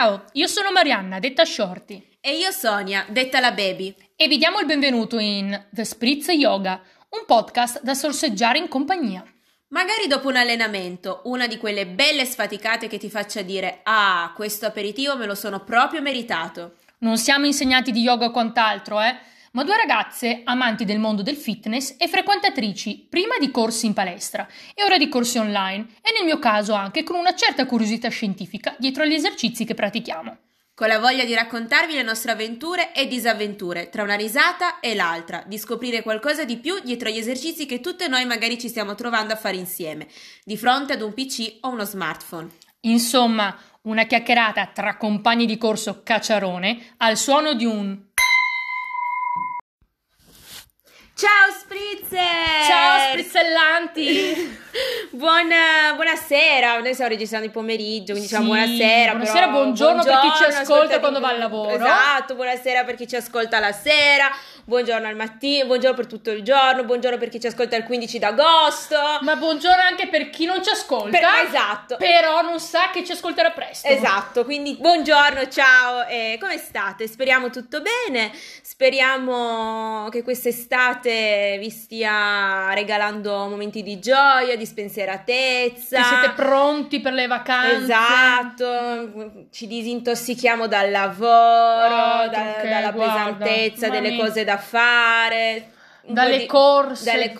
Ciao, io sono Marianna, detta Shorty. E io Sonia, detta la Baby. E vi diamo il benvenuto in The Spritz Yoga, un podcast da sorseggiare in compagnia. Magari dopo un allenamento, una di quelle belle sfaticate che ti faccia dire «Ah, questo aperitivo me lo sono proprio meritato». Non siamo insegnanti di yoga o quant'altro, ma due ragazze amanti del mondo del fitness e frequentatrici prima di corsi in palestra e ora di corsi online e nel mio caso anche con una certa curiosità scientifica dietro agli esercizi che pratichiamo. Con la voglia di raccontarvi le nostre avventure e disavventure, tra una risata e l'altra, di scoprire qualcosa di più dietro agli esercizi che tutte noi magari ci stiamo trovando a fare insieme, di fronte ad un PC o uno smartphone. Insomma, una chiacchierata tra compagni di corso cacciarone al suono di un... Ciao Spritzer! Ciao sprizzellanti! Buonasera, noi stiamo registrando il pomeriggio, quindi diciamo buonasera. Buonasera, però, buongiorno per chi ci ascolta quando va al lavoro. Esatto, buonasera per chi ci ascolta la sera, buongiorno al mattino, buongiorno per tutto il giorno, buongiorno per chi ci ascolta il 15 d'agosto. Ma buongiorno anche per chi non ci ascolta. Esatto. Però non sa che ci ascolterà presto. Esatto, quindi buongiorno, ciao, come state? Speriamo tutto bene, speriamo che quest'estate vi stia regalando momenti di gioia, di spensieratezza. Che siete pronti per le vacanze. Esatto, ci disintossichiamo dal lavoro, dalla pesantezza delle cose da fare. Dalle corse, dalle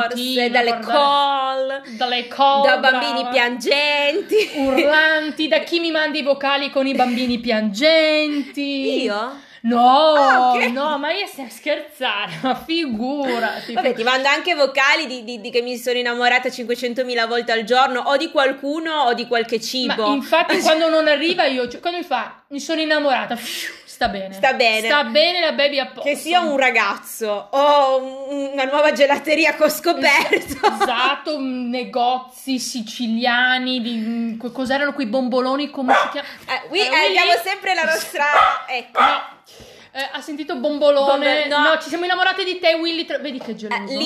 call, da bambini piangenti, urlanti, da chi mi manda i vocali con i bambini piangenti. Io? No, okay. No, ma io stai a scherzare, ma figurati. Vabbè, ti mando anche vocali di che mi sono innamorata 500.000 volte al giorno, o di qualcuno o di qualche cibo. Ma infatti quando non arriva quando mi fa, mi sono innamorata, sta bene. Sta bene la baby a posto. Che sia un ragazzo o una nuova gelateria che ho scoperto. Esatto, negozi siciliani, cos'erano quei bomboloni, come si chiama? Abbiamo sempre la nostra... Ecco. No. Ha sentito bombolone? No, ci siamo innamorate di te, Willy. Vedi che geloso.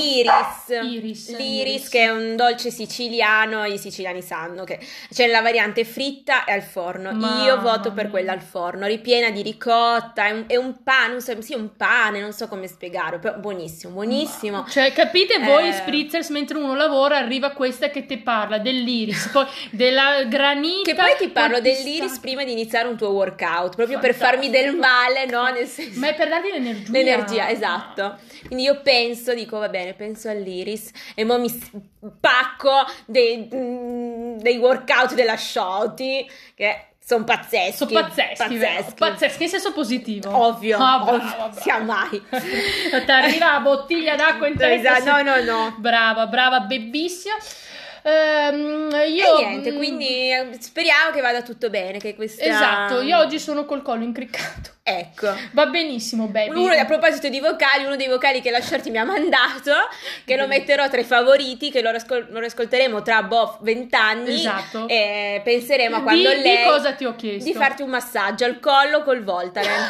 L'iris, che è un dolce siciliano. I siciliani sanno che c'è la variante fritta e al forno. Io voto per quella al forno, ripiena di ricotta. È un pane, un pane, non so come spiegare, però buonissimo. Cioè, capite voi, spritzers, mentre uno lavora, arriva questa che ti parla dell'iris, poi della granita. Che poi ti parlo dell'iris prima di iniziare un tuo workout, proprio per farmi del male, no? Nel senso, ma è per darti l'energia. L'energia, esatto. Quindi io penso all'iris e mo mi spacco dei workout della Shorty che sono pazzeschi. Sono pazzeschi in senso positivo. Ovvio, brava. sia mai. Ti arriva la bottiglia d'acqua in testa. Esatto, no. Brava, bellissima. E niente, quindi speriamo che vada tutto bene, che questa... Esatto, io oggi sono col collo incriccato. Ecco. Va benissimo, baby. A proposito di vocali, uno dei vocali che la Shorty mi ha mandato, che lo metterò tra i favoriti, che lo ascolteremo tra 20 anni. Esatto. E penseremo a quando lei... Di cosa ti ho chiesto? Di farti un massaggio al collo col Voltaren.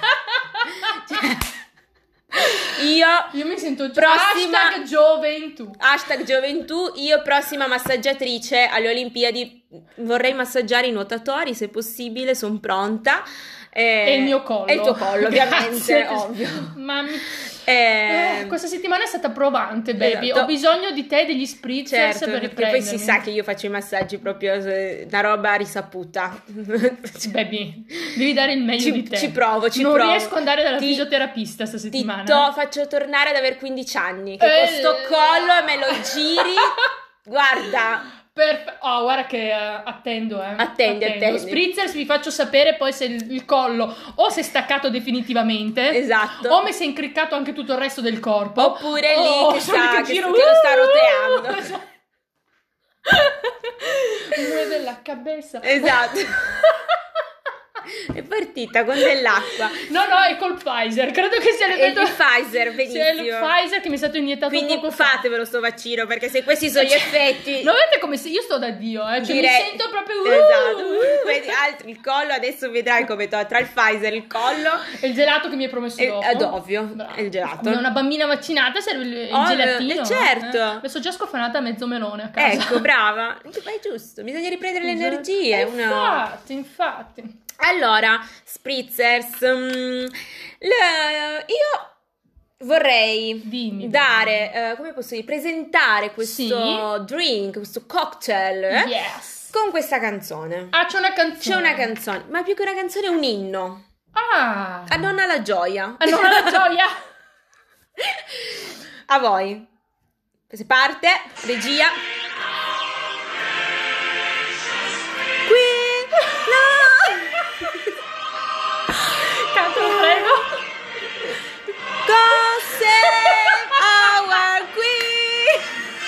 Io mi sento prossima #gioventù. Io prossima massaggiatrice alle Olimpiadi. Vorrei massaggiare i nuotatori se possibile, sono pronta. E il mio collo. E il tuo collo, ovviamente, ovvio. Questa settimana è stata provante, baby. Esatto. Ho bisogno di te e degli spritzers per riprendermi. Perché poi si sa che io faccio i massaggi proprio una roba risaputa. Baby, devi dare il meglio di te. Ci provo. Non riesco ad andare dalla fisioterapista sta settimana. Faccio tornare ad aver 15 anni. Che con sto collo me lo giri. Guarda. Guarda che attendo. Attendi. Spritzers, vi faccio sapere poi se il collo o si è staccato definitivamente. Esatto. O mi si è incriccato anche tutto il resto del corpo. Oppure lì che lo sta roteando. Muove la cabeza. Esatto. È partita con dell'acqua. No, è col Pfizer. Credo che sia il Pfizer, benissimo. Sia il Pfizer che mi è stato iniettato quindi poco fa. Fatevelo sto vaccino, perché se questi sono gli effetti. Non vedete come se io sto da Dio, cioè mi sento proprio esatto. Il collo adesso vedrai come tra il Pfizer, il collo e il gelato che mi hai promesso dopo. Ovvio. È il gelato. Come una bambina vaccinata serve il gelatino. Certo. Adesso già scofanata mezzo melone a casa. Ecco, brava. Ma è giusto, bisogna riprendere le energie. Infatti. Allora, Spritzers, io vorrei dare, come posso dire, presentare questo drink, questo cocktail con questa canzone. C'è una canzone. C'è una canzone, ma più che una canzone è un inno. A Nonna la gioia. A Nonna la gioia. A voi. Se parte, regia. God save our queen.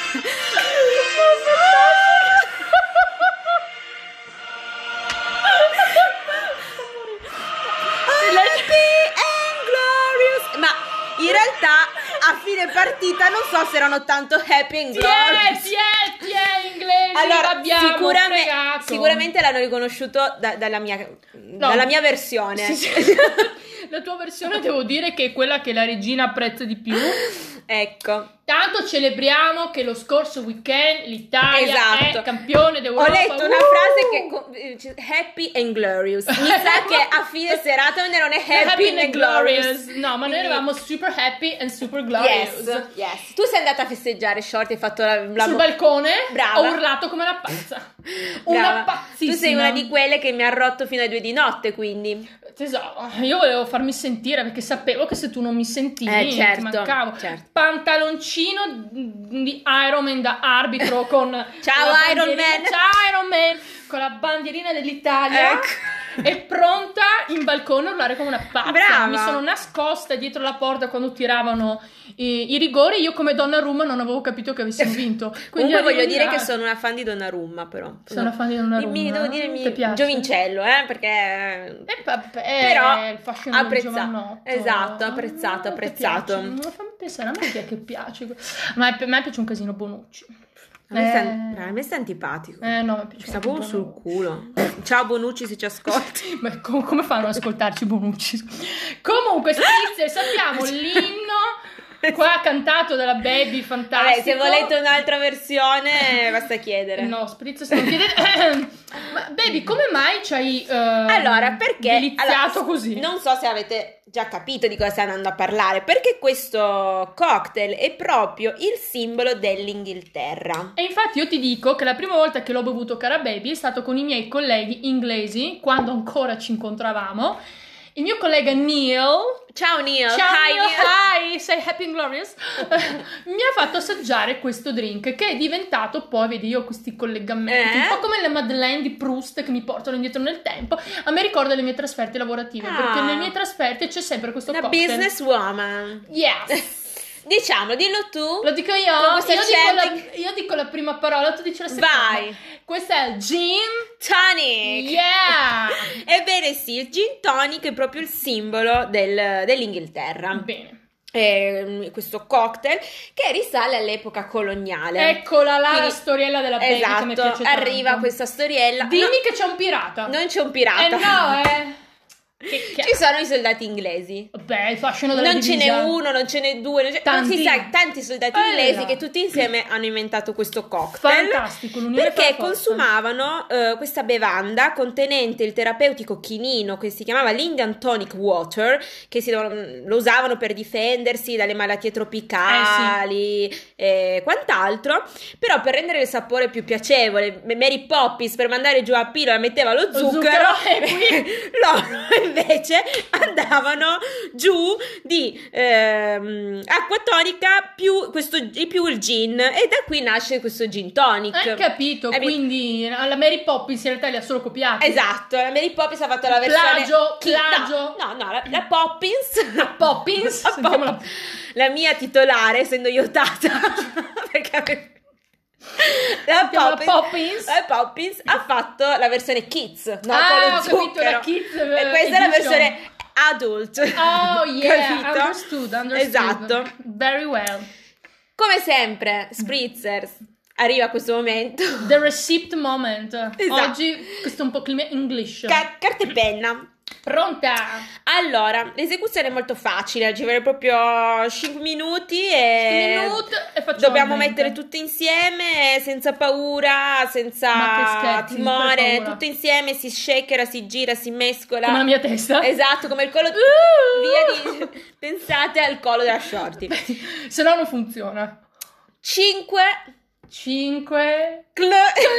Happy and glorious. Ma in realtà a fine partita non so se erano tanto happy and glorious. Inglesi. Allora, fregato. Sicuramente l'hanno riconosciuto dalla mia versione. Sì. La tua versione devo dire che è quella che la regina apprezza di più. Ecco. Tanto celebriamo che lo scorso weekend l'Italia è campione d'Europa. Ho letto una frase che happy and glorious. Mi sa che a fine serata non è happy and glorious. No, ma noi eravamo super happy and super glorious. Yes. Tu sei andata a festeggiare, Short, hai fatto sul balcone. Brava. Ho urlato come una pazza. Una pazzissima. Tu sei una di quelle che mi ha rotto fino alle 2 di notte, quindi. Tesoro, io volevo farmi sentire perché sapevo che se tu non mi sentivi certo, ti mancavo. Certo. Pantaloncino di Iron Man da arbitro con ciao Iron Man, con la bandierina dell'Italia. Ecco. E pronta in balcone a urlare come una pazza. Brava. Mi sono nascosta dietro la porta quando tiravano i rigori. Io come Donnarumma non avevo capito che avessimo vinto. Comunque voglio dire che sono una fan di Donnarumma, però. Sono una fan di Donnarumma. Devo dire giovincello, perché però il fascino apprezzato. Esatto, apprezzato. Fammi pensare, a me chi è che piace. Ma a me piace un casino Bonucci. A me sta antipatico. No, mi piace. Sta proprio sul culo. Ciao Bonucci, se ci ascolti. Ma come fanno ad ascoltarci Bonucci? Comunque, Spritzer, sappiamo l'inno qua cantato dalla Baby, fantastico. Vabbè, se volete un'altra versione basta chiedere. No, Spritzer, se non chiedete. Ma Baby, come mai ci hai allora, perché deliziato così? Non so se avete già capito di cosa stai andando a parlare, perché questo cocktail è proprio il simbolo dell'Inghilterra. E infatti io ti dico che la prima volta che l'ho bevuto, cara Baby, è stato con i miei colleghi inglesi, quando ancora ci incontravamo. Il mio collega Neil. Ciao Neil. Hi, sei happy and glorious. Mi ha fatto assaggiare questo drink che è diventato poi, vedi, io ho questi collegamenti un po' come le Madeleine di Proust che mi portano indietro nel tempo. A me ricorda le mie trasferte lavorative, perché nelle mie trasferte c'è sempre questo una cocktail. Business woman. Yes. Diciamo, dillo tu. Lo dico io. Io dico la prima parola, tu dici la seconda. Vai. Questo è il gin tonic. Yeah. Ebbene sì, il gin tonic è proprio il simbolo dell'Inghilterra. Bene. Questo cocktail che risale all'epoca coloniale. Eccola là. Quindi, la storiella della Baby, esatto, che mi piace tanto. Arriva questa storiella. Dimmi che c'è un pirata. Non c'è un pirata. No, Ci sono i soldati inglesi. Beh, il fascino della divisa. Non ce n'è uno, non ce n'è due, non si sa, tanti soldati inglesi che tutti insieme hanno inventato questo cocktail. Fantastico, perché consumavano questa bevanda contenente il terapeutico chinino che si chiamava l'Indian Tonic Water, che lo usavano per difendersi dalle malattie tropicali e quant'altro, però per rendere il sapore più piacevole. Mary Poppins, per mandare giù a pillola, metteva lo zucchero e qui loro invece andavano giù di acqua tonica più il gin, e da qui nasce questo gin tonic. Hai capito? Quindi la Mary Poppins in realtà li ha solo copiati. Esatto, la Mary Poppins ha fatto la versione plagio. No, la Poppins la mia titolare, essendo io tata perché la Poppins ha fatto la versione Kids, con lo zucchero. Capito, la Kids e questa è la versione adult. Oh yeah, capito? Understood. Esatto. Very well. Come sempre, Spritzers, arriva questo momento. The receipt moment. Esatto. Oggi questo è un po' clima English. Carta e penna. Pronta? Allora, l'esecuzione è molto facile, ci vuole proprio 5 minuti e dobbiamo mettere tutto insieme senza paura, senza timore, tutto insieme, si shakera, si gira, si mescola. Come la mia testa? Esatto, come il collo pensate al collo della shorty. Se no non funziona. 5 club.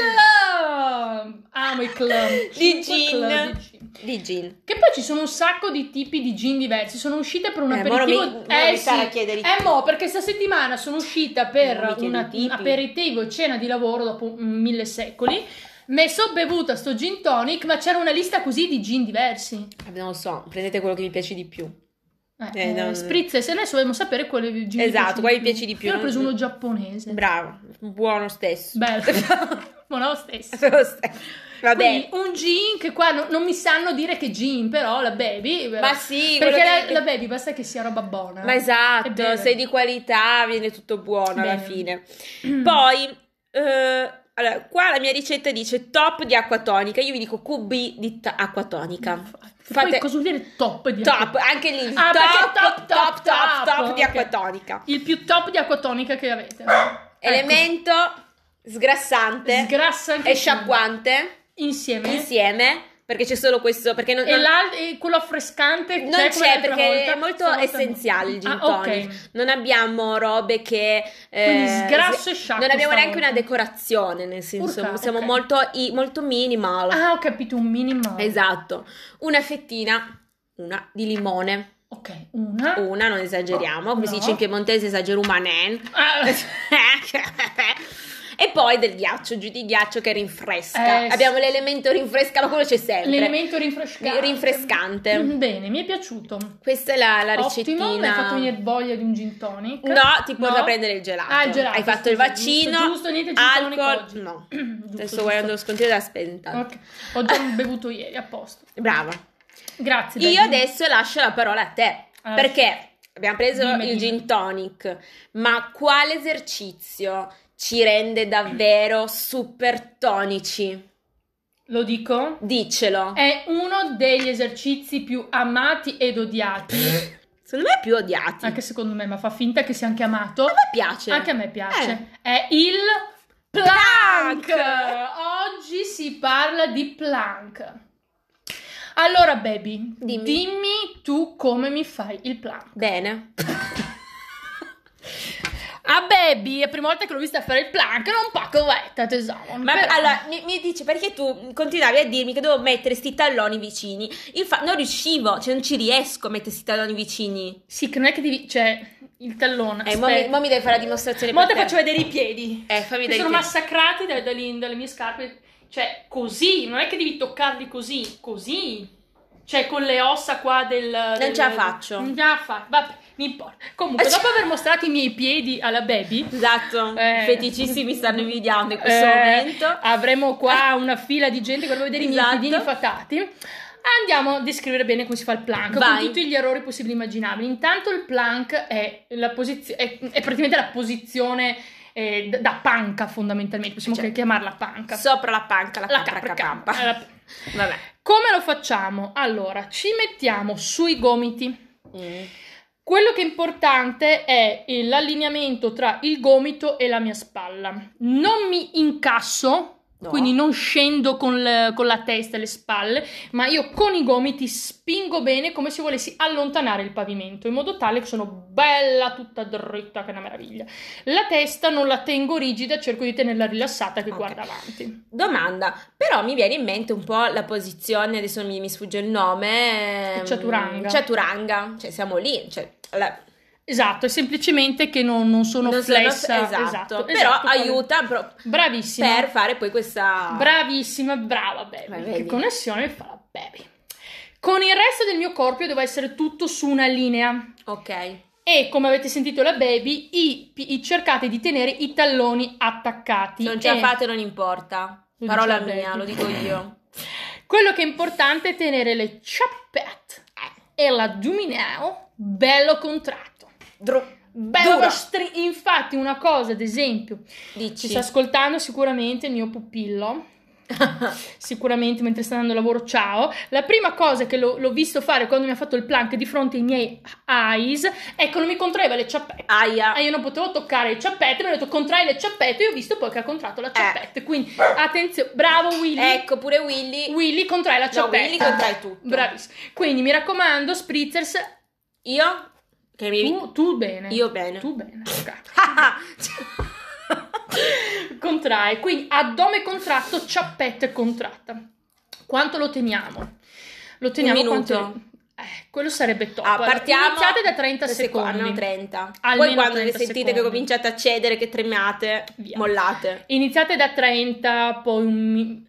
Amo i club di gin. Che poi ci sono un sacco di tipi di gin diversi. Sono uscita per un aperitivo. Perché sta settimana sono uscita per un aperitivo e cena di lavoro dopo 1000 secoli. Mi sono bevuta sto gin tonic, ma c'era una lista così di gin diversi. Non lo so, prendete quello che vi piace di più. Spritz, se adesso dobbiamo sapere quale gin quale vi piace di più. Io ho preso uno giapponese. Bravo, buono stesso. Bello. Buono stesso. Vabbè. Quindi un gin che qua non mi sanno dire che gin, però la bevi. Ma sì, perché la bevi basta che sia roba buona. Ma esatto, se di qualità viene tutto buono alla fine. Poi allora, qua la mia ricetta dice top di acqua tonica. Io vi dico QB di acqua tonica. Poi cosa vuol dire top di acqua tonica? Anche lì top di acqua tonica. Il più top di acqua tonica che avete. Elemento sgrassante e sciacquante insieme, perché c'è solo questo, perché e quello affrescante non c'è perché è molto essenziale il gin tonic. Non abbiamo robe che quindi sgrasso e sciacquo, non abbiamo neanche una decorazione, nel senso siamo molto minimal. Ho capito, un minimal. Esatto. Una fettina di limone. Ok, una, non esageriamo, come si dice in piemontese, esagerumanen. E poi del ghiaccio, giù di ghiaccio che rinfresca. Abbiamo l'elemento rinfresca, quello c'è sempre. L'elemento rinfrescante. Bene, mi è piaciuto. Questa è la ricettina. Ottimo, mi hai fatto venire voglia di un gin tonic. No, ti porto a prendere il gelato. Il gelato. Hai fatto il vaccino. Giusto, niente gin tonic oggi. No. Adesso guardando lo scontrino della spesa. Okay. Ho già bevuto ieri, a posto. Brava. Grazie. Io adesso lascio la parola a te. Perché abbiamo preso il gin tonic, ma quale esercizio ci rende davvero super tonici? Lo dico? Diccelo. È uno degli esercizi più amati ed odiati. Secondo me è più odiati. Anche secondo me, ma fa finta che sia anche amato. A me piace. Anche a me piace. È il plank. Oggi si parla di plank. Allora, baby, dimmi tu come mi fai il plank. Bene. Baby, è la prima volta che l'ho vista fare il plank, non un po' covetta, tesoro. Ma allora, mi dici, perché tu continuavi a dirmi che devo mettere sti talloni vicini? Non riuscivo, non ci riesco a mettere sti talloni vicini. Sì, che non è che devi, il tallone. Mo mi devi fare la dimostrazione. Mo te faccio vedere i piedi. Fammi vedere. Sono massacrati dalle mie scarpe. Così, non è che devi toccarli così. Con le ossa qua non ce la faccio. Non ce la faccio, vabbè, mi importa. Comunque, dopo aver mostrato i miei piedi alla baby. Esatto, i feticisti mi stanno invidiando in questo momento. Avremo qua una fila di gente che vorrà vedere i miei piedini fatati. Andiamo a descrivere bene come si fa il plank. Con tutti gli errori possibili e immaginabili. Intanto il plank è praticamente la posizione da panca, fondamentalmente. Possiamo chiamarla panca. Sopra la panca, la campa. Vabbè. Come lo facciamo? Allora, ci mettiamo sui gomiti. Quello che è importante è l'allineamento tra il gomito e la mia spalla. Non mi incasso, quindi non scendo con la testa e le spalle, ma io con i gomiti spingo bene come se volessi allontanare il pavimento, in modo tale che sono bella tutta dritta, che è una meraviglia. La testa non la tengo rigida, cerco di tenerla rilassata che guarda avanti. Domanda, però mi viene in mente un po' la posizione, adesso non mi sfugge il nome. Chaturanga, siamo lì, Esatto, è semplicemente che non sono flessa. Esatto, però aiuta bravissima per fare poi questa. Bravissima, brava baby. Che connessione fa la baby. Con il resto del mio corpo devo essere tutto su una linea. Ok. E come avete sentito la baby, cercate di tenere i talloni attaccati. Se non ce la fate non importa. Parola mia, lo dico io. Quello che è importante è tenere le ciappette e l'addominale bello contratto. Infatti una cosa, ad esempio, ci sta ascoltando sicuramente il mio pupillo, sicuramente mentre sta andando al lavoro, ciao. La prima cosa che l'ho visto fare quando mi ha fatto il plank di fronte ai miei eyes è che non mi contraeva le ciappette. Aia. Io non potevo toccare le ciappette, mi ha detto contrai le ciappette, io ho visto poi che ha contratto la ciappette, quindi attenzione, bravo Willy. Ecco, pure Willy contrai la ciappetta. No, Willy contrai tutto. Bravissimo. Quindi mi raccomando, spritzers. Io? Tu bene. Io bene. Tu bene. Contrai, quindi addome contratto, ciappetta contratta. Quanto lo teniamo? Lo teniamo un minuto. Quanto... quello sarebbe top. Partiamo. Iniziate da 30 secondi. No, 30. Almeno Poi quando 30 sentite secondi. che cominciate a cedere, che tremate, Via. mollate. Iniziate da 30, poi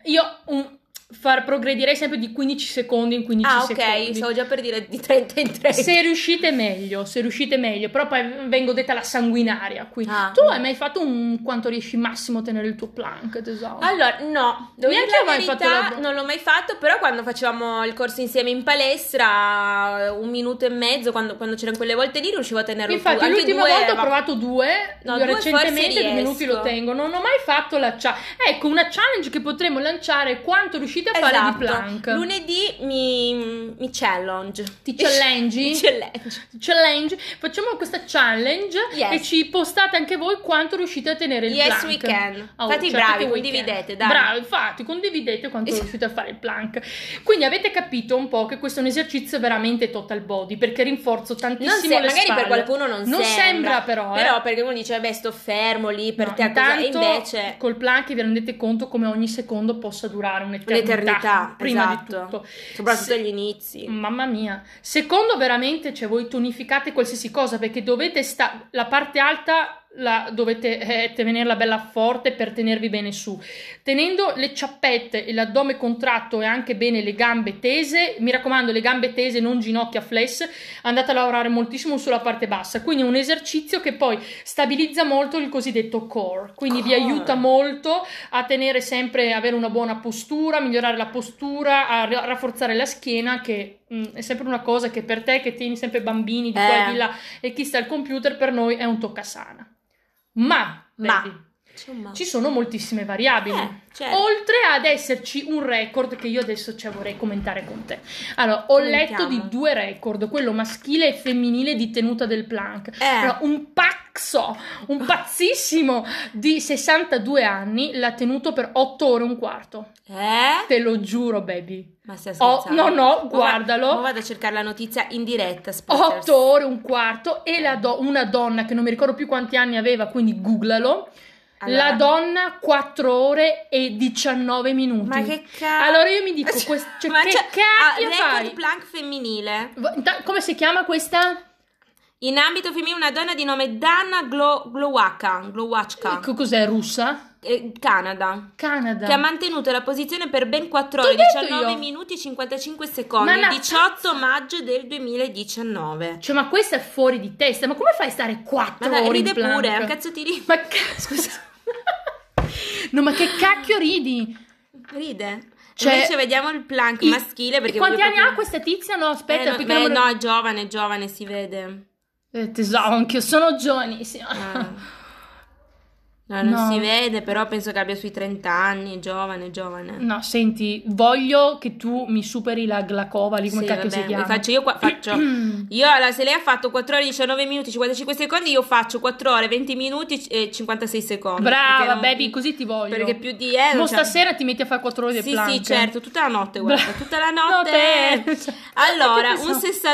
progredirei sempre di 15 secondi in 15 secondi. Ok, stavo già per dire di 30 in 30. Se riuscite meglio, però poi vengo detta la sanguinaria. Quindi. Tu hai mai fatto quanto riesci massimo a tenere il tuo plank, tesoro? Allora, no, devo dire Neanche io la ho mai fatto verità, non l'ho mai fatto, però quando facevamo il corso insieme in palestra, 1 minuto e mezzo, quando c'erano quelle volte lì, riuscivo a tenerlo. Infatti, anche l'ultima volta ho provato 2, no, 2 recentemente 2 minuti riesco. lo tengo. Non ho mai fatto la ecco, una challenge che potremmo lanciare è quanto riuscite a fare di plank. Lunedì mi challenge. Ti challenge? Ti challenge? Facciamo questa challenge e ci postate anche voi quanto riuscite a tenere il plank. Yes, we can. Fate bravi, condividete, dai. Bravi, infatti, condividete quanto riuscite a fare il plank. Quindi avete capito un po' che questo è un esercizio veramente total body, perché rinforzo tantissimo le magari spalle. Per qualcuno non sembra però. Però perché uno dice, vabbè, sto fermo lì per te, intanto, invece col plank vi rendete conto come ogni secondo possa durare un'eternità. Prima di tutto, soprattutto agli inizi, mamma mia. Secondo, veramente, cioè, voi tonificate qualsiasi cosa, perché dovete la parte alta dovete tenerla bella forte per tenervi bene su, tenendo le ciappette e l'addome contratto e anche bene le gambe tese. Mi raccomando, le gambe tese, non ginocchia flex, andate a lavorare moltissimo sulla parte bassa, quindi è un esercizio che poi stabilizza molto il cosiddetto core, quindi vi aiuta molto a tenere sempre, avere una buona postura, migliorare la postura, a rafforzare la schiena, che è sempre una cosa che per te che tieni sempre bambini di qua e di là e chi sta al computer, per noi è un toccasana. Ma ci sono moltissime variabili, certo. Oltre ad esserci un record che io adesso vorrei commentare con te. Allora, ho letto di 2 record, quello maschile e femminile di tenuta del plank. Allora, un pazzissimo di 62 anni l'ha tenuto per 8 ore e un quarto. Te lo giuro, baby. Ma stai scherzando? No, guardalo. Ora vado a cercare la notizia in diretta. 8 ore e un quarto e una donna che non mi ricordo più quanti anni aveva, quindi googlalo. Allora. La donna 4 ore e 19 minuti. Ma che cazzo? Allora io mi dico, che cacchio fai? Record plank femminile. Come si chiama questa? In ambito femminile una donna di nome Dana Glowacka. Cos'è, russa? Canada. Che ha mantenuto la posizione per ben 4 ore, 19 minuti e 55 secondi, il 18 maggio del 2019. Cioè, ma questa è fuori di testa. Ma come fai a stare 4 ore ride in plank? Pure, a cazzo ti ridi? Ma scusa. No, ma che cacchio ridi? Ride. Invece vediamo il plank maschile, perché quanti anni ha questa tizia? No, aspetta, no, è giovane, si vede. Tesoro, anch'io sono giovanissima. No, non si vede, però penso che abbia sui 30 anni, giovane. No, senti, voglio che tu mi superi la Glakova lì, come cacchio si chiama. Io allora, se lei ha fatto 4 ore 19 minuti 55 secondi, io faccio 4 ore 20 minuti e 56 secondi. Brava, baby, così ti voglio. Perché più di stasera ti metti a fare 4 ore di plank. Sì, certo, tutta la notte, guarda, tutta la notte. Allora, un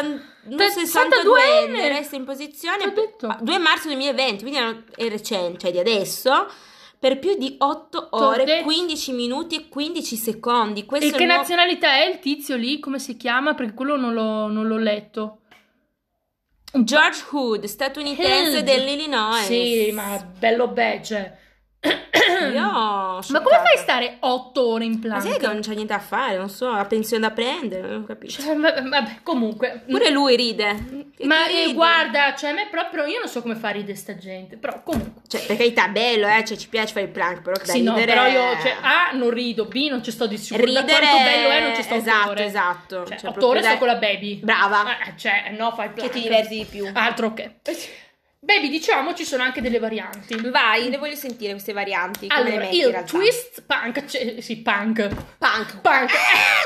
62enne resta in posizione 2 marzo 2020, quindi è recente, cioè di adesso, per più di 8 ore, 15 minuti e 15 secondi. E che nazionalità è il tizio lì? Come si chiama? Perché quello non l'ho letto. George Hood, statunitense dell'Illinois. Sì, ma bello badge. Ma come fai a stare 8 ore in plank? Ma sai che non c'è niente a fare, non so, ha pensione da prendere, non capisco. Vabbè, comunque. Pure lui ride. Guarda, a me proprio, io non so come fa a ridere sta gente, però comunque. Cioè, per carità, bello, ci piace fare il plank, però da ridere. No, però io, A, non rido, B, non ci sto di sicuro. Da quanto bello è, non ci sto 8 ore. Esatto. 8 ore sto con la baby. Brava. No, fai il plank. Che ti diverti di più. Altro che. Baby, diciamo ci sono anche delle varianti. Vai, le voglio sentire queste varianti. Come Allora, le metti, il twist punk, punk.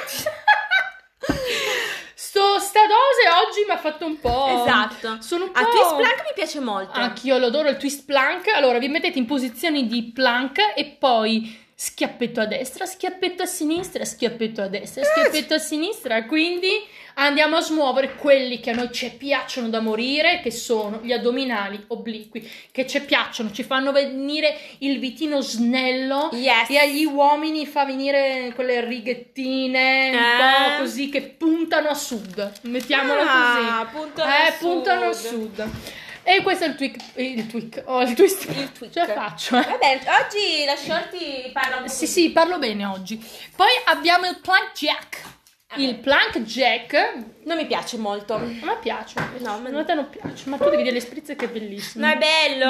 Sta dose oggi mi ha fatto un po'. Esatto. Sono un po'. A twist plank mi piace molto. Anch'io lo adoro il twist plank. Allora, vi mettete in posizioni di plank e poi schiappetto a destra, schiappetto a sinistra, schiappetto a destra, schiappetto a sinistra. Quindi andiamo a smuovere quelli che a noi ci piacciono da morire, che sono gli addominali obliqui, che ci piacciono, ci fanno venire il vitino snello, e agli uomini fa venire quelle righettine un po' così che puntano a sud. Mettiamola così. Puntano a sud. E questo è il twist. Ce la faccio. Vabbè, oggi la Shorty parla un po'. Sì, parlo bene oggi. Poi abbiamo il plank jack. Il plank jack non mi piace molto. A me piace. No, a te non piace. Ma tu devi vedere le sprizze, che è bellissimo. No, è bello.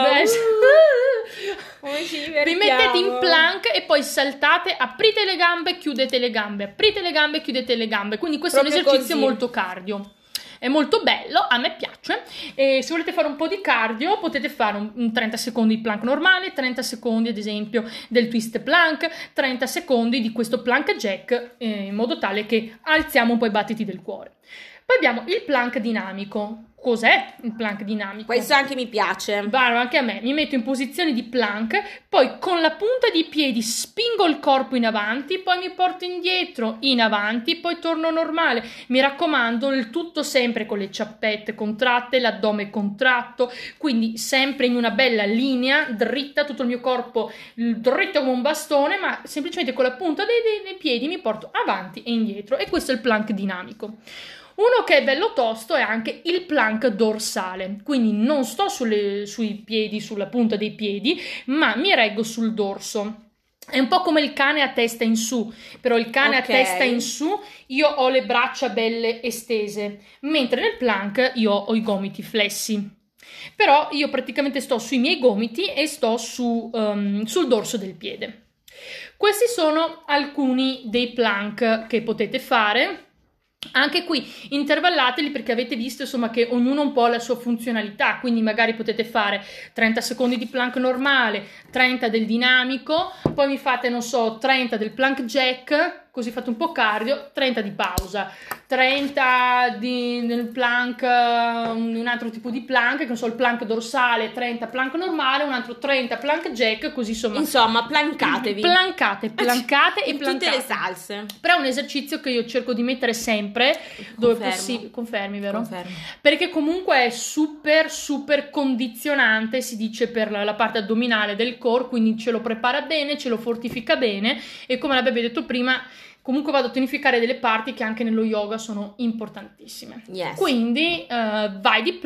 Come ci divertiamo. Vi mettete in plank e poi saltate, aprite le gambe, chiudete le gambe, aprite le gambe, chiudete le gambe. Quindi questo proprio è un esercizio così. Molto cardio. È molto bello, a me piace. E se volete fare un po' di cardio potete fare un 30 secondi di plank normale, 30 secondi ad esempio del twist plank, 30 secondi di questo plank jack, in modo tale che alziamo un po' i battiti del cuore. Poi abbiamo il plank dinamico. Cos'è il plank dinamico? Questo anche mi piace. Varo, anche a me. Mi metto in posizione di plank, poi con la punta dei piedi spingo il corpo in avanti, poi mi porto indietro, in avanti, poi torno normale. Mi raccomando, il tutto sempre con le ciappette contratte, l'addome contratto, quindi sempre in una bella linea, dritta, tutto il mio corpo dritto come un bastone, ma semplicemente con la punta dei piedi mi porto avanti e indietro. E questo è il plank dinamico. Uno che è bello tosto è anche il plank dorsale, quindi non sto sui piedi, sulla punta dei piedi, ma mi reggo sul dorso. È un po' come il cane a testa in su, però il cane a testa in su io ho le braccia belle estese, mentre nel plank io ho i gomiti flessi. Però io praticamente sto sui miei gomiti e sto sul dorso del piede. Questi sono alcuni dei plank che potete fare. Anche qui intervallateli, perché avete visto insomma che ognuno un po' ha la sua funzionalità, quindi magari potete fare 30 secondi di plank normale, 30 del dinamico, poi mi fate, non so, 30 del plank jack, così fate un po' cardio, 30 di pausa, 30 del plank, un altro tipo di plank, che non so, il plank dorsale, 30 plank normale, un altro 30 plank jack, così insomma plancatevi. Plancate e plancate. Tutte le salse. Però è un esercizio che io cerco di mettere sempre dove è possibile. Confermi, vero? Confermo. Perché comunque è super condizionante, si dice, per la parte addominale del core, quindi ce lo prepara bene, ce lo fortifica bene, e come l'abbiamo detto prima, comunque vado a tonificare delle parti che anche nello yoga sono importantissime. Quindi vai di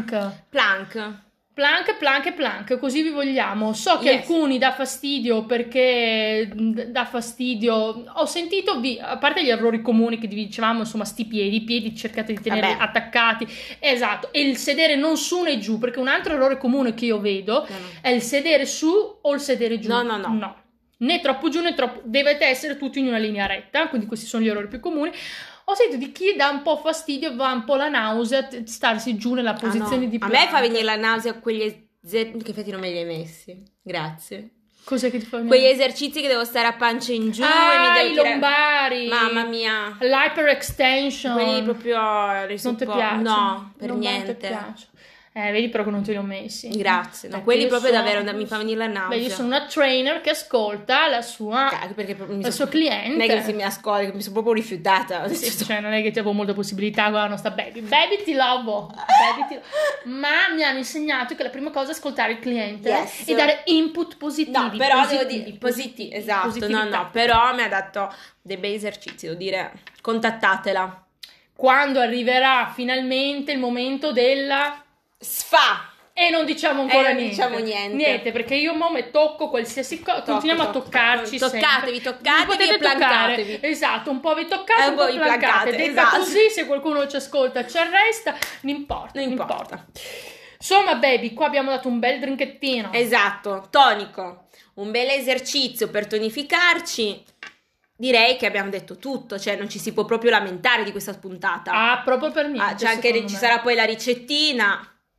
plank, così vi vogliamo. So che alcuni dà fastidio, perché ho sentito, a parte gli errori comuni che dicevamo, insomma, i piedi cercate di tenerli attaccati, esatto, e il sedere non su né giù, perché un altro errore comune che io vedo è il sedere su o il sedere giù. No. Né troppo giù né troppo, deve essere tutto in una linea retta, quindi questi sono gli errori più comuni. Ho sentito di chi dà un po' fastidio, va un po' la nausea, starsi giù nella posizione di plank. A me fa venire la nausea quegli che infatti non me li hai messi. Grazie. Cos'è che ti fa venire? Quegli esercizi che devo stare a pancia in giù e mi devo i lombari. Mamma mia. L'hyperextension. Quelli proprio non ti piace? No, per niente. niente. Non ti piace. Vedi, però che non te li ho messi. Grazie. No, quelli proprio davvero mi fa venire la nausea. Io sono una trainer che ascolta la sua cliente. Non è che se mi ascolti, mi sono proprio rifiutata. Cioè, non è che avevo molta possibilità con la nostra baby. Baby ti lovo. Ma mi hanno insegnato che la prima cosa è ascoltare il cliente e dare input positivi. No, però devo dire positivi. Esatto. Positività. No, però mi ha dato dei bei esercizi, devo dire. Contattatela. Quando arriverà finalmente il momento della sfa. E non diciamo ancora niente. Diciamo niente. Perché io me tocco qualsiasi cosa. Continuiamo a toccarci. Toccatevi e plancatevi. Esatto, un po' vi toccate, un po' vi plancate. Detta così, se qualcuno ci ascolta ci arresta, non importa. Insomma, baby, qua abbiamo dato un bel drinkettino. Esatto, tonico. Un bel esercizio per tonificarci. Direi che abbiamo detto tutto, cioè non ci si può proprio lamentare di questa puntata. Proprio per niente. Ci sarà poi la ricettina.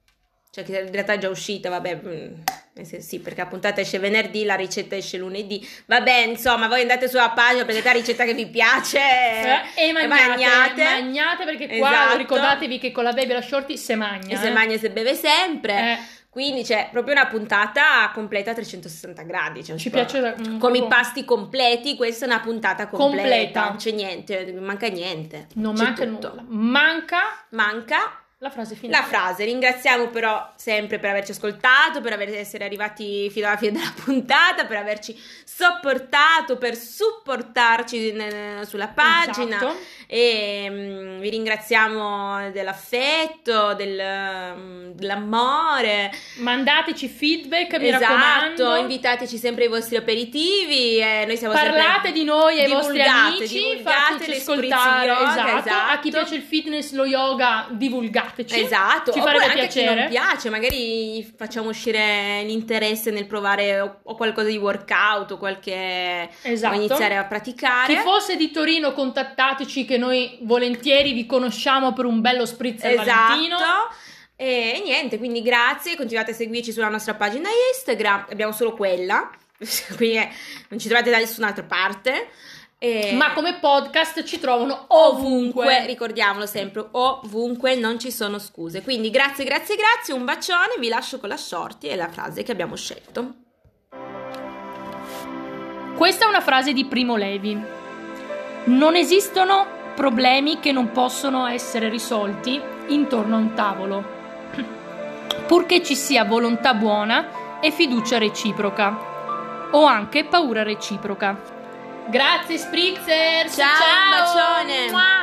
cioè che in realtà è già uscita, vabbè, sì, perché la puntata esce venerdì, la ricetta esce lunedì, vabbè, insomma, voi andate sulla pagina, prendete la ricetta che vi piace e magnate, perché qua esatto. Ricordatevi che con la baby e la shorty se magna. E se magna e se beve sempre. Quindi c'è proprio una puntata completa a 360 gradi. Cioè, ci piace come i pasti completi, questa è una puntata completa. Non c'è niente, non manca niente. Non manca nulla. Manca la frase finale. La frase. Ringraziamo però sempre per averci ascoltato, per essere arrivati fino alla fine della puntata, per averci sopportato, per supportarci sulla pagina. Esatto. E vi ringraziamo dell'affetto, dell'amore. Mandateci feedback, mi raccomando. Invitateci sempre ai vostri aperitivi. Noi siamo Parlate di noi ai vostri amici, fateci ascoltare. Esatto. A chi piace il fitness, lo yoga, divulgateci. Esatto. Ci farebbe anche piacere. A chi non piace, magari facciamo uscire l'interesse nel provare o qualcosa di workout o qualche esatto. o iniziare a praticare. Chi fosse di Torino, contattateci che noi volentieri vi conosciamo per un bello spritz al Valentino. E niente, quindi grazie, continuate a seguirci sulla nostra pagina Instagram, abbiamo solo quella, quindi non ci trovate da nessun'altra parte. Ma come podcast ci trovano ovunque. Ricordiamolo sempre, ovunque, non ci sono scuse. Quindi grazie, un bacione, vi lascio con la shorty e la frase che abbiamo scelto. Questa è una frase di Primo Levi. Non esistono problemi che non possono essere risolti intorno a un tavolo, purché ci sia volontà buona e fiducia reciproca, o anche paura reciproca. Grazie Spritzers! Ciao. Un bacione!